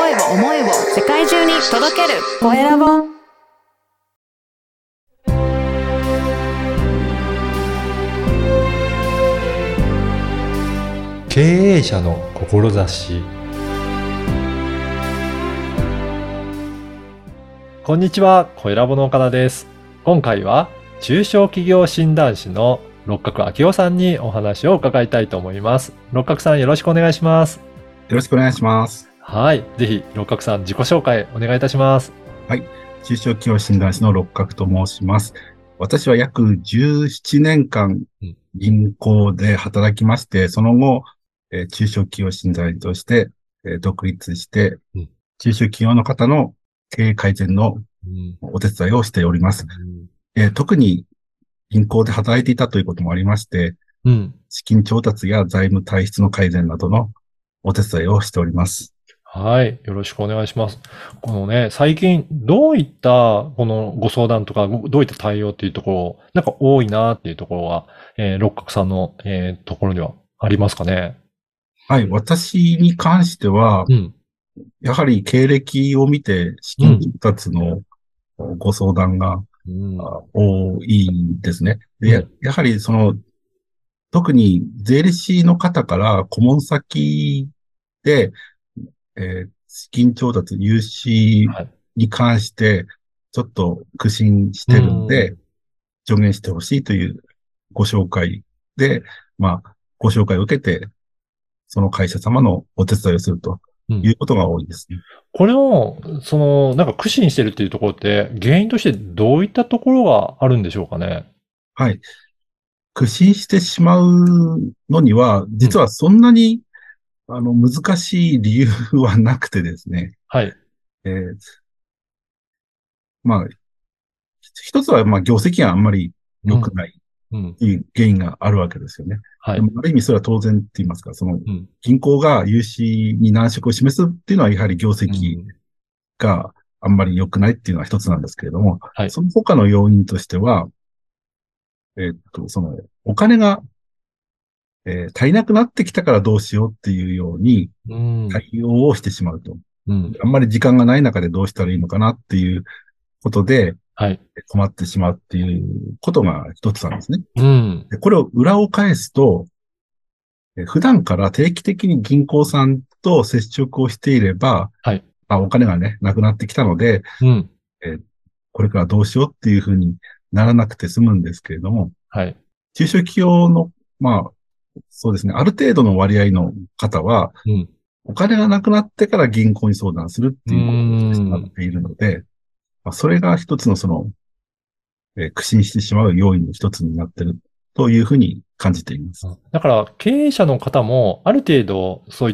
声を世界中に届けるコエラボ。 経営者の志。こんにちは、コエラボの岡田です。今回は中小企業診断士の六角明夫さんにお話を伺いたいと思います。六角さん、よろしくお願いします。 よろしくお願いします。 はい。ぜひ、六角さん、自己紹介お願いいたします。 はい。中小企業診断士の六角と申します。私は約17年間、銀行で働きまして、その後、中小企業診断士として、独立して、中小企業の方の経営改善のお手伝いをしております。特に銀行で働いていたということもありまして、資金調達や財務体質の改善などのお手伝いをしております。 はい。よろしくお願いします。このね、最近どういったこのご相談とか、どういった対応っていうところ、なんか多いなっていうところは、六角さんの、ところにはありますかね。 はい。私に関しては、やはり経歴を見て資金調達のご相談が多いんですね。で、やはり特に税理士の方から顧問先で、資金調達、融資に関して、ちょっと苦心してるんで、助言してほしいというご紹介で、ご紹介を受けて、その会社様のお手伝いをするということが多いですね。 これを、なんか苦心してるっていうところって、原因としてどういったところがあるんでしょうかね。 はい。苦心してしまうのには、実はそんなに、難しい理由はなくてですね。 はい。 一つは、業績があんまり良くないという原因があるわけですよね。でもある意味それは当然って言いますか、銀行が融資に難色を示すっていうのはやはり業績があんまり良くないっていうのは一つなんですけれども、その他の要因としては、お金が足りなくなってきたからどうしようっていうように対応をしてしまうと。あんまり時間がない中でどうしたらいいのかなっていうことで、困ってしまうっていうことが一つなんですね。でこれを裏を返すと、普段から定期的に銀行さんと接触をしていれば、お金がね、なくなってきたので、これからどうしようっていうふうにならなくて済むんですけれども、中小企業のそうですね。ある程度の割合の方は、お金がなくなってから銀行に相談するっていうことをしてしまっているので、それが一つの苦心してしまう要因の一つになっているというふうに感じています。 だから、経営者の方も、ある程度、そういった、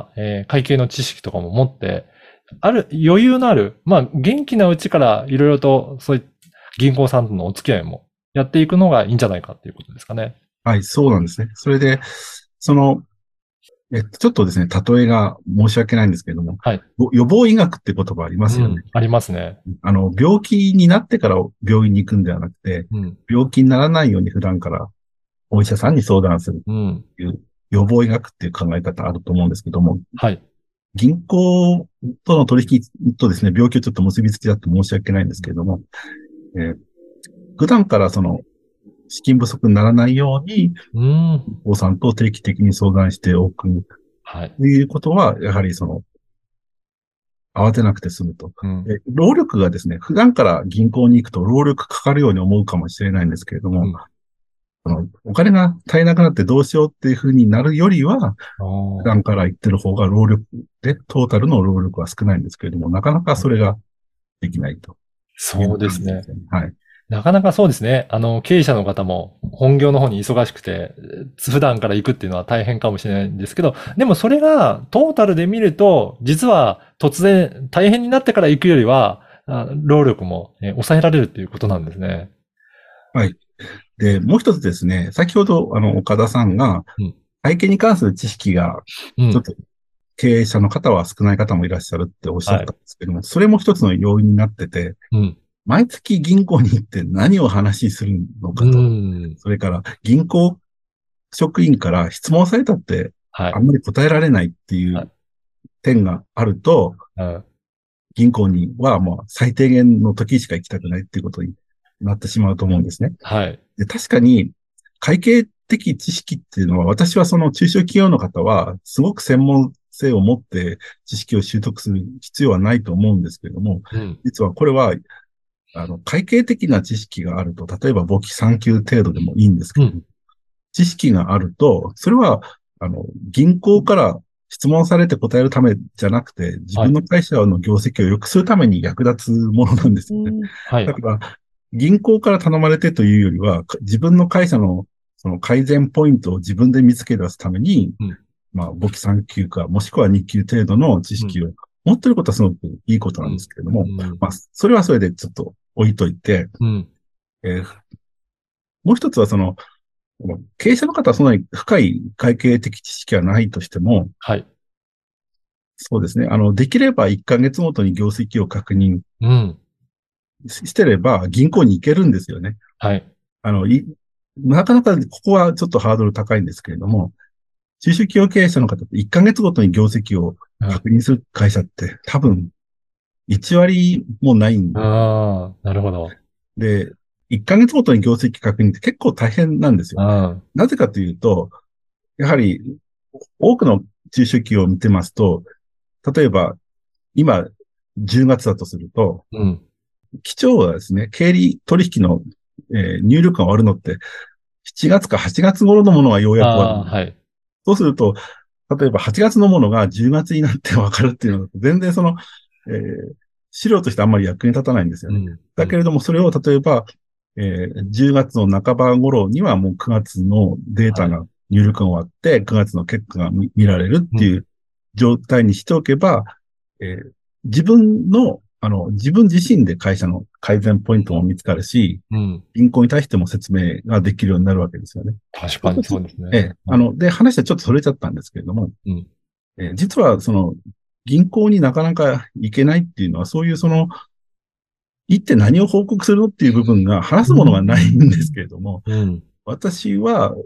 会計の知識とかも持って、余裕のある、元気なうちからいろいろと、そういった銀行さんとのお付き合いもやっていくのがいいんじゃないかっていうことですかね。 はい、そうなんですね。それで、ちょっとですね、例えが申し訳ないんですけれども、予防医学って言葉ありますよね。 ありますね。 病気になってから病院に行くんではなくて、病気にならないように普段からお医者さんに相談するっていう予防医学っていう考え方あると思うんですけども、銀行との取引とですね、病気をちょっと結びつきだと申し訳ないんですけれども、普段から資金不足にならないように、おさんと定期的に相談しておく。ということは、やはり慌てなくて済むと。労力がですね、普段から銀行に行くと労力かかるように思うかもしれないんですけれども、お金が足りなくなってどうしようっていうふうになるよりは、普段から行ってる方が労力で、トータルの労力は少ないんですけれども、なかなかそれができないと。 そうですね。なかなかそうですね。経営者の方も本業の方に忙しくて、普段から行くっていうのは大変かもしれないんですけど、でもそれがトータルで見ると、実は突然大変になってから行くよりは、労力も抑えられるっていうことなんですね。 はい。で、もう一つですね、先ほど岡田さんが、会計に関する知識が、ちょっと経営者の方は少ない方もいらっしゃるっておっしゃったんですけども、それも一つの要因になってて、毎月銀行に行って何を話するのかと。それから銀行職員から質問されたってあんまり答えられないっていう点があると、銀行にはもう最低限の時しか行きたくないっていうことになってしまうと思うんですね。 はい。 で、確かに、会計的知識っていうのは、私はその中小企業の方は、すごく専門性を持って知識を習得する必要はないと思うんですけれども、実はこれは、会計的な知識があると、例えば簿記3級程度でもいいんですけど、知識があると、それは、銀行から質問されて答えるためじゃなくて、自分の会社の業績を良くするために役立つものなんですよね。だから、銀行から頼まれてというよりは、自分の会社のその改善ポイントを自分で見つけ出すために、簿記3級か、もしくは2級程度の知識を持っていることはすごくいいことなんですけれども、それはそれでちょっと置いといて、もう一つは経営者の方はそんなに深い会計的知識はないとしても、そうですね。できれば1ヶ月ごとに業績を確認してれば銀行に行けるんですよね。なかなかここはちょっとハードル高いんですけれども、中小企業経営者の方って1ヶ月ごとに業績を確認する会社って多分1割もないんです。 なるほど。 で、1ヶ月ごとに業績確認って結構大変なんですよ。なぜかというと、やはり多くの中小企業を見てますと、例えば今10月だとすると、期長はですね、経理取引の、入力が終わるのって、7月か8月頃のものがようやく終わる。そうすると、例えば8月のものが10月になってわかるっていうのは、全然資料としてあんまり役に立たないんですよね。だけれども、それを例えば、10月の半ば頃にはもう9月のデータが入力が終わって、9月の結果が見られるっていう状態にしておけば、自分自身で会社の改善ポイントも見つかるし、銀行に対しても説明ができるようになるわけですよね。 確かにそうですね。 で、話はちょっとそれちゃったんですけれども、実は銀行になかなか行けないっていうのは、そういう行って何を報告するのっていう部分が話すものがないんですけれども、私は、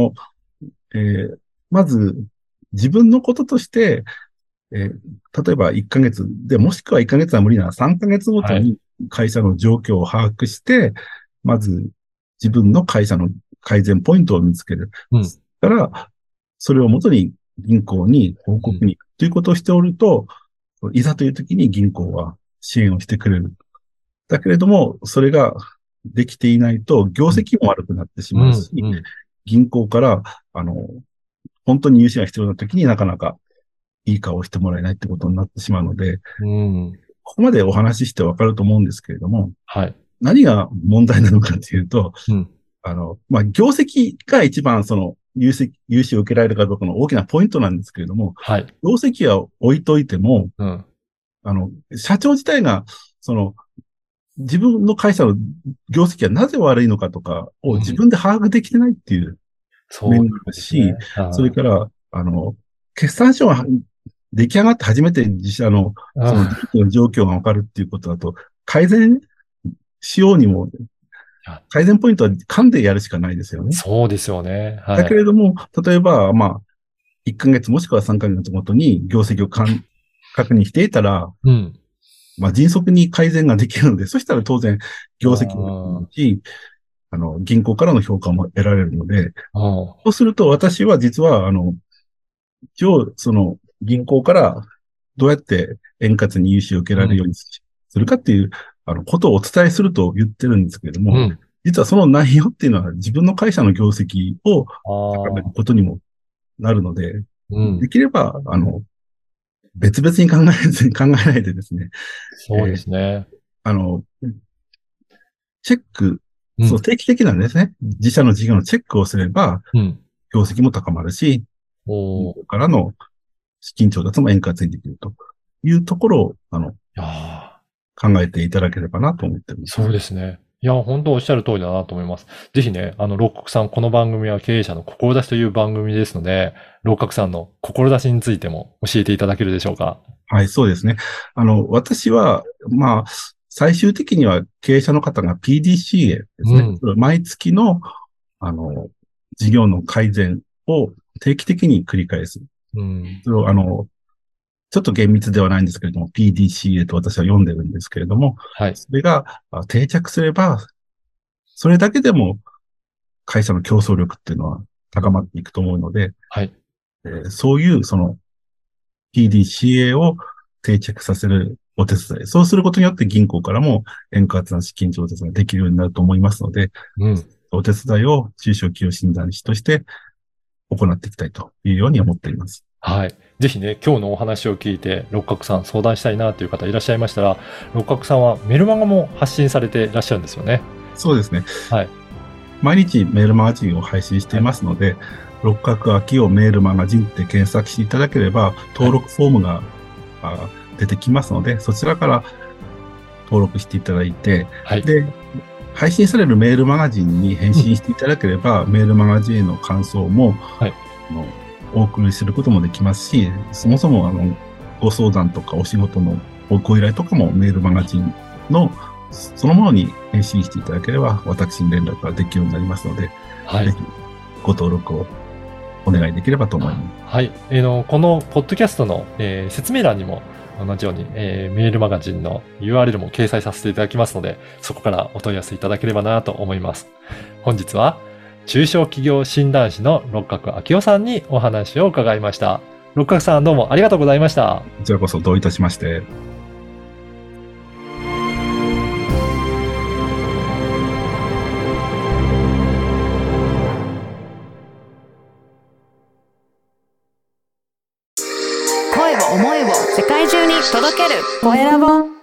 まず自分のこととして、例えば1ヶ月で、もしくは1ヶ月は無理なら3ヶ月ごとに会社の状況を把握して、まず自分の会社の改善ポイントを見つける。から、それをもとに銀行に報告に、ということをしておると、いざという時に銀行は支援をしてくれる。だけれども、それができていないと、業績も悪くなってしまうし、銀行から、本当に融資が必要な時になかなかいい顔をしてもらえないってことになってしまうので、ここまでお話ししてわかると思うんですけれども、何が問題なのかというと、業績が一番融資を受けられるかどうかの大きなポイントなんですけれども、業績は置いといても、社長自体が、自分の会社の業績がなぜ悪いのかとかを自分で把握できてないっていう面があるし、それから、決算書が出来上がって初めて自社の、状況がわかるっていうことだと、改善しようにも、改善ポイントは勘でやるしかないですよね。 そうですよね。 だけれども、例えば、1ヶ月もしくは3ヶ月ごとに業績を確認していたら、迅速に改善ができるので、そしたら当然、業績もいいし、銀行からの評価も得られるので、そうすると私は実は、一応、銀行からどうやって円滑に融資を受けられるようにするかっていう、ことをお伝えすると言ってるんですけれども、実はその内容っていうのは自分の会社の業績を高めることにもなるので、できれば、別々に考えないでですね。 そうですね。 チェック、定期的なんですね。自社の事業のチェックをすれば、業績も高まるし、ここからの資金調達も円滑にできるというところを、考えていただければなと思っています。 そうですね。いや、本当おっしゃる通りだなと思います。ぜひね、六角さん、この番組は経営者の志という番組ですので、六角さんの志についても教えていただけるでしょうか。 はい、そうですね。私は、最終的には経営者の方が PDCA ですね。毎月の、事業の改善を定期的に繰り返す。それを、 ちょっと厳密ではないんですけれども、PDCA と私は読んでるんですけれども、 はい。 それが定着すれば、それだけでも会社の競争力っていうのは高まっていくと思うので、 はい。 そういうその PDCA を定着させるお手伝い。そうすることによって銀行からも円滑な資金調達ができるようになると思いますので、 うん。 お手伝いを中小企業診断士として行っていきたいというように思っています。 はい。ぜひね、今日のお話を聞いて、六角さん相談したいなという方いらっしゃいましたら、六角さんはメルマガも発信されていらっしゃるんですよね。 そうですね。 はい。 毎日メールマガジンを配信していますので、六角秋をメールマガジンって検索していただければ、登録フォームが出てきますので、そちらから登録していただいて、 はい。 で、配信されるメールマガジンに返信していただければ、メールマガジンへの感想も、 はい。 お送りすることもできますし、そもそもご相談とかお仕事のご依頼とかもメールマガジンのそのものに返信していただければ、私に連絡ができるようになりますので、 はい。 ぜひご登録をお願いできればと思います。 はい。このポッドキャストの、説明欄にも同じように、メールマガジンの URL も掲載させていただきますので、そこからお問い合わせいただければなと思います。本日は、中小企業診断士の六角明夫さんにお話を伺いました。六角さんどうもありがとうございました。 こちらこそどういたしまして。 声を思いを世界中に届けるコエラボ。